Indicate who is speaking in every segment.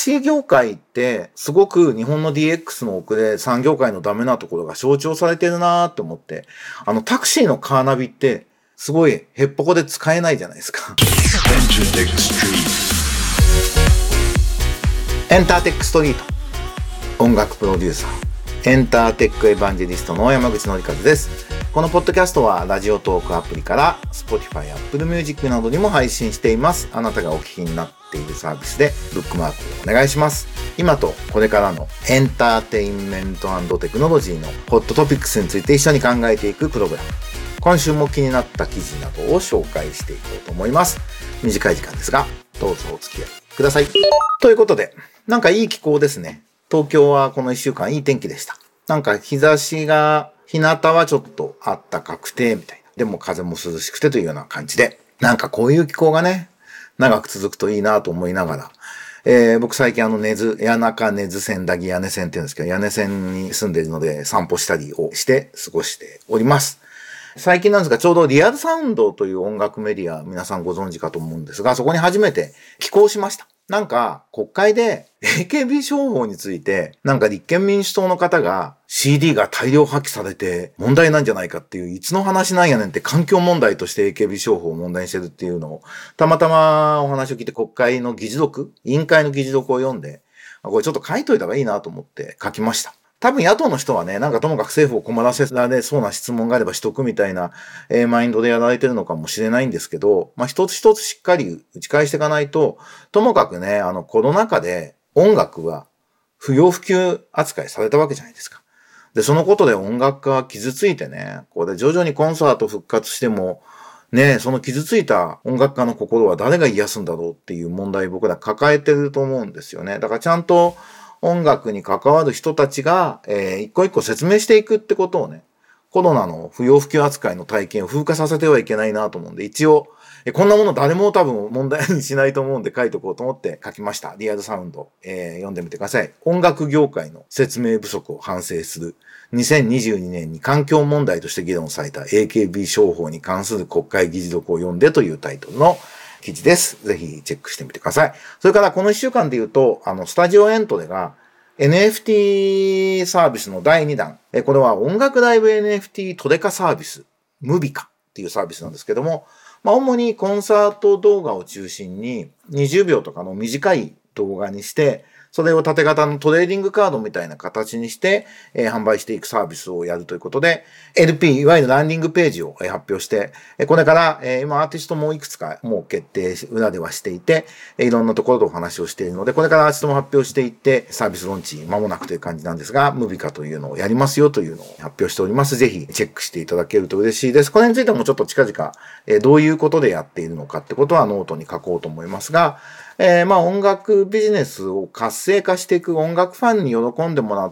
Speaker 1: シー業界ってすごく日本の DX の遅れ、産業界のダメなところが象徴されてるなーって思って、タクシーのカーナビってすごいヘッポコで使えないじゃないですか。エンターテックストリート、音楽プロデューサー、エンターテックエヴァンジェリストの山口のりかずです。このポッドキャストはラジオトークアプリから Spotify、Apple Music などにも配信しています。あなたがお聞きになっているサービスでブックマークをお願いします。今とこれからのエンターテインメント&テクノロジーのホットトピックスについて一緒に考えていくプログラム。今週も気になった記事などを紹介していこうと思います。短い時間ですが、どうぞお付き合いください。ということで、なんかいい気候ですね。東京はこの1週間いい天気でした。なんか日差しが、日向はちょっとあったかくて、みたいな。でも風も涼しくてというような感じで、なんかこういう気候がね、長く続くといいなと思いながら、僕最近谷中根津線だぎ屋根線って言うんですけど、屋根線に住んでいるので散歩したりをして過ごしております。最近なんですが、ちょうどリアルサウンドという音楽メディア、皆さんご存知かと思うんですが、そこに初めて寄稿しました。なんか、国会で AKB 商法について、なんか立憲民主党の方が CD が大量破棄されて問題なんじゃないかっていう、いつの話なんやねんって環境問題として AKB 商法を問題にしてるっていうのを、たまたまお話を聞いて国会の議事録、委員会の議事録を読んで、これちょっと書いといた方がいいなと思って書きました。多分野党の人はね、なんかともかく政府を困らせられそうな質問があればしとくみたいな、マインドでやられてるのかもしれないんですけど、一つ一つしっかり打ち返していかないと、ともかくね、コロナ禍で音楽は不要不急扱いされたわけじゃないですか。で、そのことで音楽家は傷ついてね、これ徐々にコンサート復活しても、ね、その傷ついた音楽家の心は誰が癒すんだろうっていう問題を僕ら抱えてると思うんですよね。だからちゃんと音楽に関わる人たちが、一個一個説明していくってことをね、コロナの不要不急扱いの体験を風化させてはいけないなと思うんで、一応、こんなもの誰も多分問題にしないと思うんで書いとこうと思って書きました。リアルサウンド、読んでみてください。音楽業界の説明不足を反省する。2022年に環境問題として議論された AKB 商法に関する国会議事録を読んでというタイトルの記事です。ぜひチェックしてみてください。それからこの1週間で言うと、スタジオエントレが NFT サービスの第2弾。これは音楽ライブ NFT トレカサービス、ムビカっていうサービスなんですけども、主にコンサート動画を中心に20秒とかの短い動画にして、それを縦型のトレーディングカードみたいな形にして、販売していくサービスをやるということで、LP、いわゆるランディングページを、発表して、これから、今アーティストもいくつかもう決定、裏ではしていて、いろんなところとお話をしているので、これからアーティストも発表していって、サービスローンチ間もなくという感じなんですが、ムビカというのをやりますよというのを発表しております。ぜひチェックしていただけると嬉しいです。これについてもちょっと近々、どういうことでやっているのかってことはノートに書こうと思いますが、音楽ビジネスを活性化していく音楽ファンに喜んでもらって、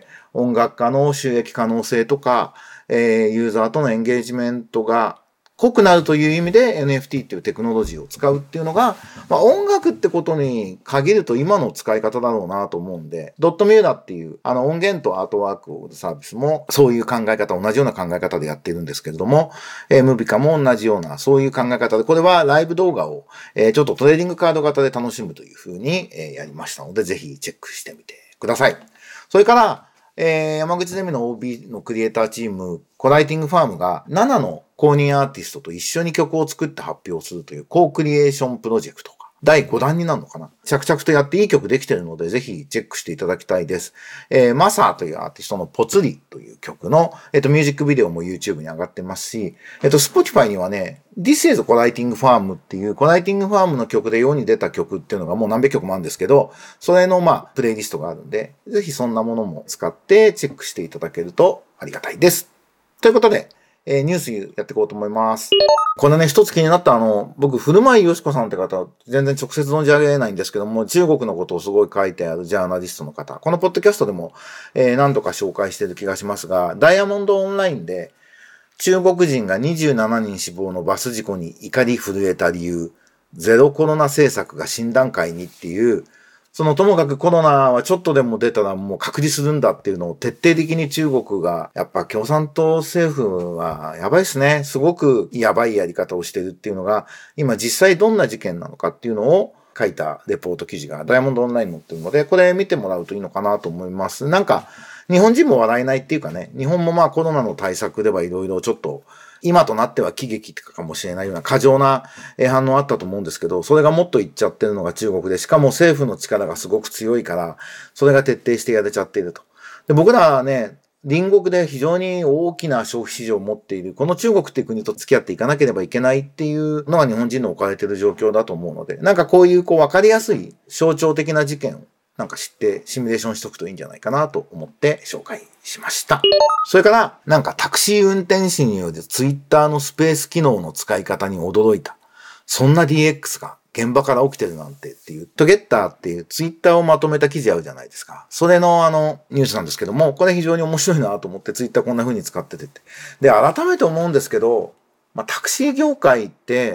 Speaker 1: 音楽家の収益可能性とか、ユーザーとのエンゲージメントが濃くなるという意味で NFT っていうテクノロジーを使うっていうのが、音楽ってことに限ると今の使い方だろうなと思うんで、ドットミューラっていう音源とアートワークを売るサービスもそういう考え方、同じような考え方でやっているんですけれども、ムビカも同じようなそういう考え方で、これはライブ動画をちょっとトレーディングカード型で楽しむという風にやりましたので、ぜひチェックしてみてください。それから、山口ゼミの OB のクリエイターチーム、コライティングファームが7の公認アーティストと一緒に曲を作って発表するというコークリエーションプロジェクトが第5弾になるのかな。着々とやっていい曲できてるので、ぜひチェックしていただきたいです。マサーというアーティストのポツリという曲の、ミュージックビデオも YouTube に上がってますし、Spotify にはね、This is Collating Farm っていう、コライティングファームの曲で世に出た曲っていうのがもう何百曲もあるんですけど、それのプレイリストがあるんで、ぜひそんなものも使ってチェックしていただけるとありがたいです。ということで、ニュースやっていこうと思います。これね、一つ気になった僕、古舞よしこさんって方、全然直接存じ上げないんですけども、中国のことをすごい書いてあるジャーナリストの方、このポッドキャストでも、何度か紹介している気がしますが、ダイヤモンドオンラインで、中国人が27人死亡のバス事故に怒り震えた理由、ゼロコロナ政策が新段階にっていう、ともかくコロナはちょっとでも出たらもう隔離するんだっていうのを徹底的に中国が、やっぱ共産党政府はやばいですね。すごくやばいやり方をしてるっていうのが、今実際どんな事件なのかっていうのを書いたレポート記事がダイヤモンドオンラインに載ってるので、これ見てもらうといいのかなと思います。なんか、日本人も笑えないっていうかね、日本もまあコロナの対策ではいろいろちょっと、今となっては喜劇かもしれないような過剰な反応あったと思うんですけど、それがもっといっちゃってるのが中国で、しかも政府の力がすごく強いから、それが徹底してやれちゃっていると。で、僕らはね、隣国で非常に大きな消費市場を持っている、この中国っていう国と付き合っていかなければいけないっていうのが日本人の置かれている状況だと思うので、なんかこういう分かりやすい象徴的な事件をなんか知ってシミュレーションしとくといいんじゃないかなと思って紹介しました。それからなんかタクシー運転手によるツイッターのスペース機能の使い方に驚いた。そんな DX が現場から起きてるなんてっていう、トゲッターっていうツイッターをまとめた記事あるじゃないですか。それのニュースなんですけども、これ非常に面白いなと思ってツイッターこんな風に使ってて。で、改めて思うんですけど、タクシー業界って、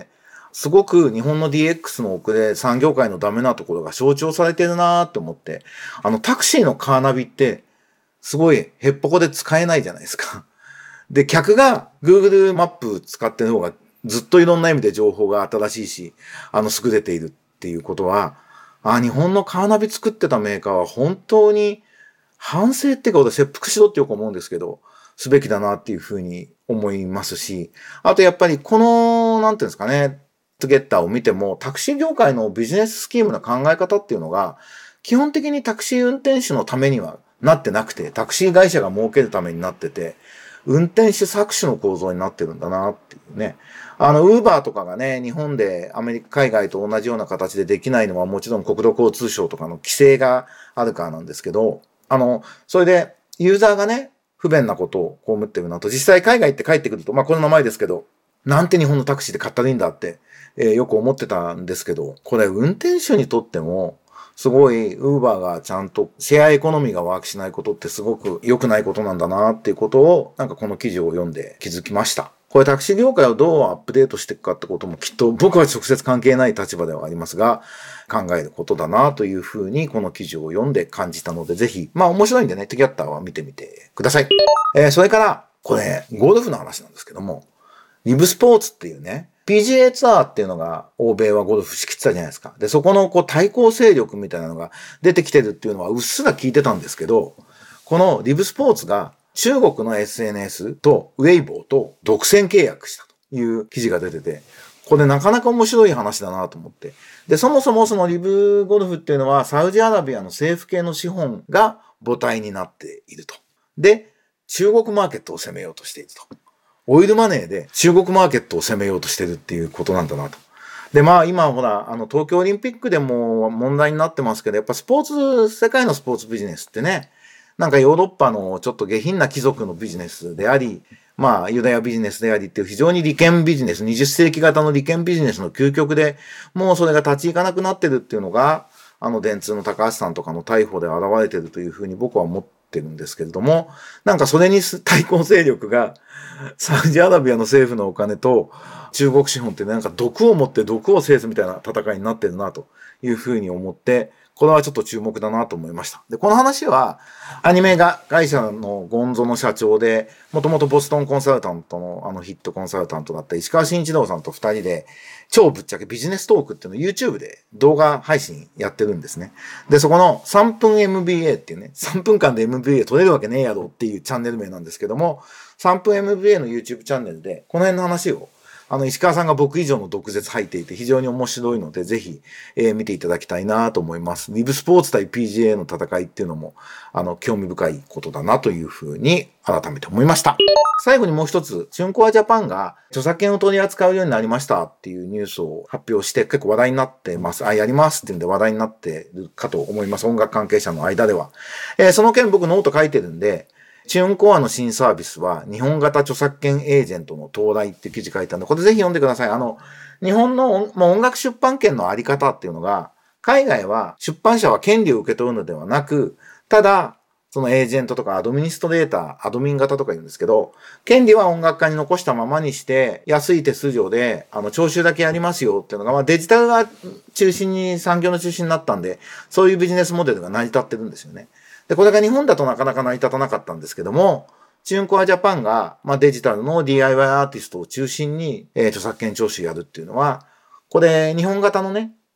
Speaker 1: すごく日本の DX の遅れ、産業界のダメなところが象徴されてるなって思って、タクシーのカーナビって、すごいヘッポコで使えないじゃないですか。で、客が Google マップ使ってる方がずっといろんな意味で情報が新しいし、優れているっていうことは、日本のカーナビ作ってたメーカーは本当に反省っていうか、切腹しろってよく思うんですけど、すべきだなっていうふうに思いますし、あとやっぱりこの、なんていうんですかね、トゲッターを見ても、タクシー業界のビジネススキームの考え方っていうのが、基本的にタクシー運転手のためにはなってなくて、タクシー会社が儲けるためになってて、運転手搾取の構造になってるんだなっていうね。ウーバーとかがね、日本で海外と同じような形でできないのはもちろん国土交通省とかの規制があるからなんですけど、それでユーザーがね、不便なことを被ってるなと、実際海外って帰ってくると、コロナ前ですけど、なんて日本のタクシーでかったらいいんだって、よく思ってたんですけど、これ運転手にとっても、すごい、ウーバーがちゃんとシェアエコノミーがワークしないことってすごく良くないことなんだなっていうことを、なんかこの記事を読んで気づきました。これタクシー業界をどうアップデートしていくかってこともきっと僕は直接関係ない立場ではありますが、考えることだなというふうにこの記事を読んで感じたので、ぜひ、面白いんでね、トギャッターは見てみてください。それから、これ、ゴルフの話なんですけども、リブスポーツっていうね、PGA ツアーっていうのが欧米はゴルフ仕切ってたじゃないですか。で、そこの対抗勢力みたいなのが出てきてるっていうのはうっすら聞いてたんですけど、このリブスポーツが中国の SNS とウェイボーと独占契約したという記事が出てて、これなかなか面白い話だなと思って。で、そもそもそのリブゴルフっていうのはサウジアラビアの政府系の資本が母体になっていると。で、中国マーケットを攻めようとしていると。オイルマネーで中国マーケットを攻めようとしてるっていうことなんだなと。で、今ほら、東京オリンピックでも問題になってますけど、やっぱ世界のスポーツビジネスってね、なんかヨーロッパのちょっと下品な貴族のビジネスであり、ユダヤビジネスでありっていう非常に利権ビジネス、20世紀型の利権ビジネスの究極で、もうそれが立ち行かなくなってるっていうのが、電通の高橋さんとかの逮捕で現れてるというふうに僕は思ってるんですけれども、なんかそれに対抗勢力が、サウジアラビアの政府のお金と中国資本ってなんか毒を持って毒を制すみたいな戦いになってるなというふうに思って、これはちょっと注目だなと思いました。で、この話はアニメ会社のゴンゾの社長で、もともとボストンコンサルタントのヒットコンサルタントだった石川慎一郎さんと二人で、超ぶっちゃけビジネストークっていうのを YouTube で動画配信やってるんですね。で、そこの3分 MBA っていうね、3分間で MBA 取れるわけねえやろっていうチャンネル名なんですけども、3分 MBA の YouTube チャンネルで、この辺の話を、石川さんが僕以上の毒舌入っていて非常に面白いので、ぜひ、見ていただきたいなと思います。リブスポーツ対 PGA の戦いっていうのも、興味深いことだなというふうに改めて思いました。最後にもう一つ、チュンコアジャパンが著作権を取り扱うようになりましたっていうニュースを発表して結構話題になってます。やりますっていうんで話題になってるかと思います。音楽関係者の間では。その件僕ノート書いてるんで、チューンコアの新サービスは日本型著作権エージェントの到来っていう記事書いたんで、これぜひ読んでください。日本の音楽出版権のあり方っていうのが、海外は出版社は権利を受け取るのではなく、ただ、そのエージェントとかアドミニストレーター、アドミン型とか言うんですけど、権利は音楽家に残したままにして、安い手数料で、徴収だけやりますよっていうのが、デジタルが産業の中心になったんで、そういうビジネスモデルが成り立ってるんですよね。で、これが日本だとなかなか成り立たなかったんですけども、チューンコアジャパンが、デジタルの DIY アーティストを中心に、著作権徴収やるっていうのは、これ、日本型のね、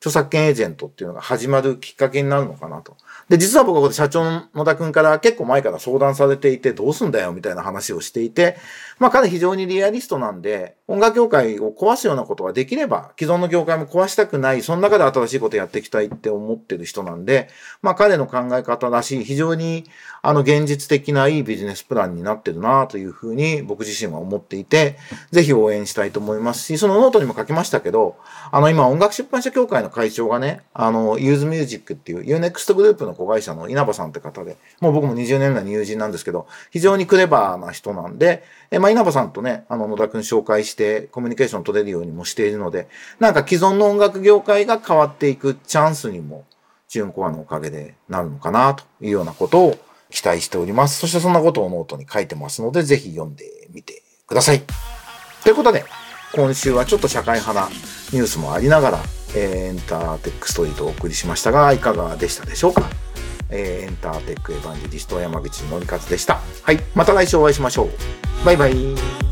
Speaker 1: 著作権エージェントっていうのが始まるきっかけになるのかなと。で、実は僕はこれ社長の野田くんから結構前から相談されていて、どうすんだよみたいな話をしていて、彼非常にリアリストなんで、音楽業界を壊すようなことはできれば、既存の業界も壊したくない、その中で新しいことやっていきたいって思ってる人なんで、彼の考え方らしい、非常に現実的ないいビジネスプランになってるなというふうに僕自身は思っていて、ぜひ応援したいと思いますし、そのノートにも書きましたけど、今音楽出版社協会の会長がね、ユーズミュージックっていう UNEXT グループの子会社の稲葉さんって方で、もう僕も20年来の友人なんですけど、非常にクレバーな人なんで、稲葉さんとね、野田くん紹介してコミュニケーション取れるようにもしているので、既存の音楽業界が変わっていくチャンスにも、チューンコアのおかげでなるのかなというようなことを期待しております。そしてそんなことをノートに書いてますので、ぜひ読んでみてください。ということで、今週はちょっと社会派なニュースもありながら、エンターテックストリートをお送りしましたが、いかがでしたでしょうか。エンターテックエヴァンジェリスト山口のりかずでした。はい、また来週お会いしましょう。バイバイ。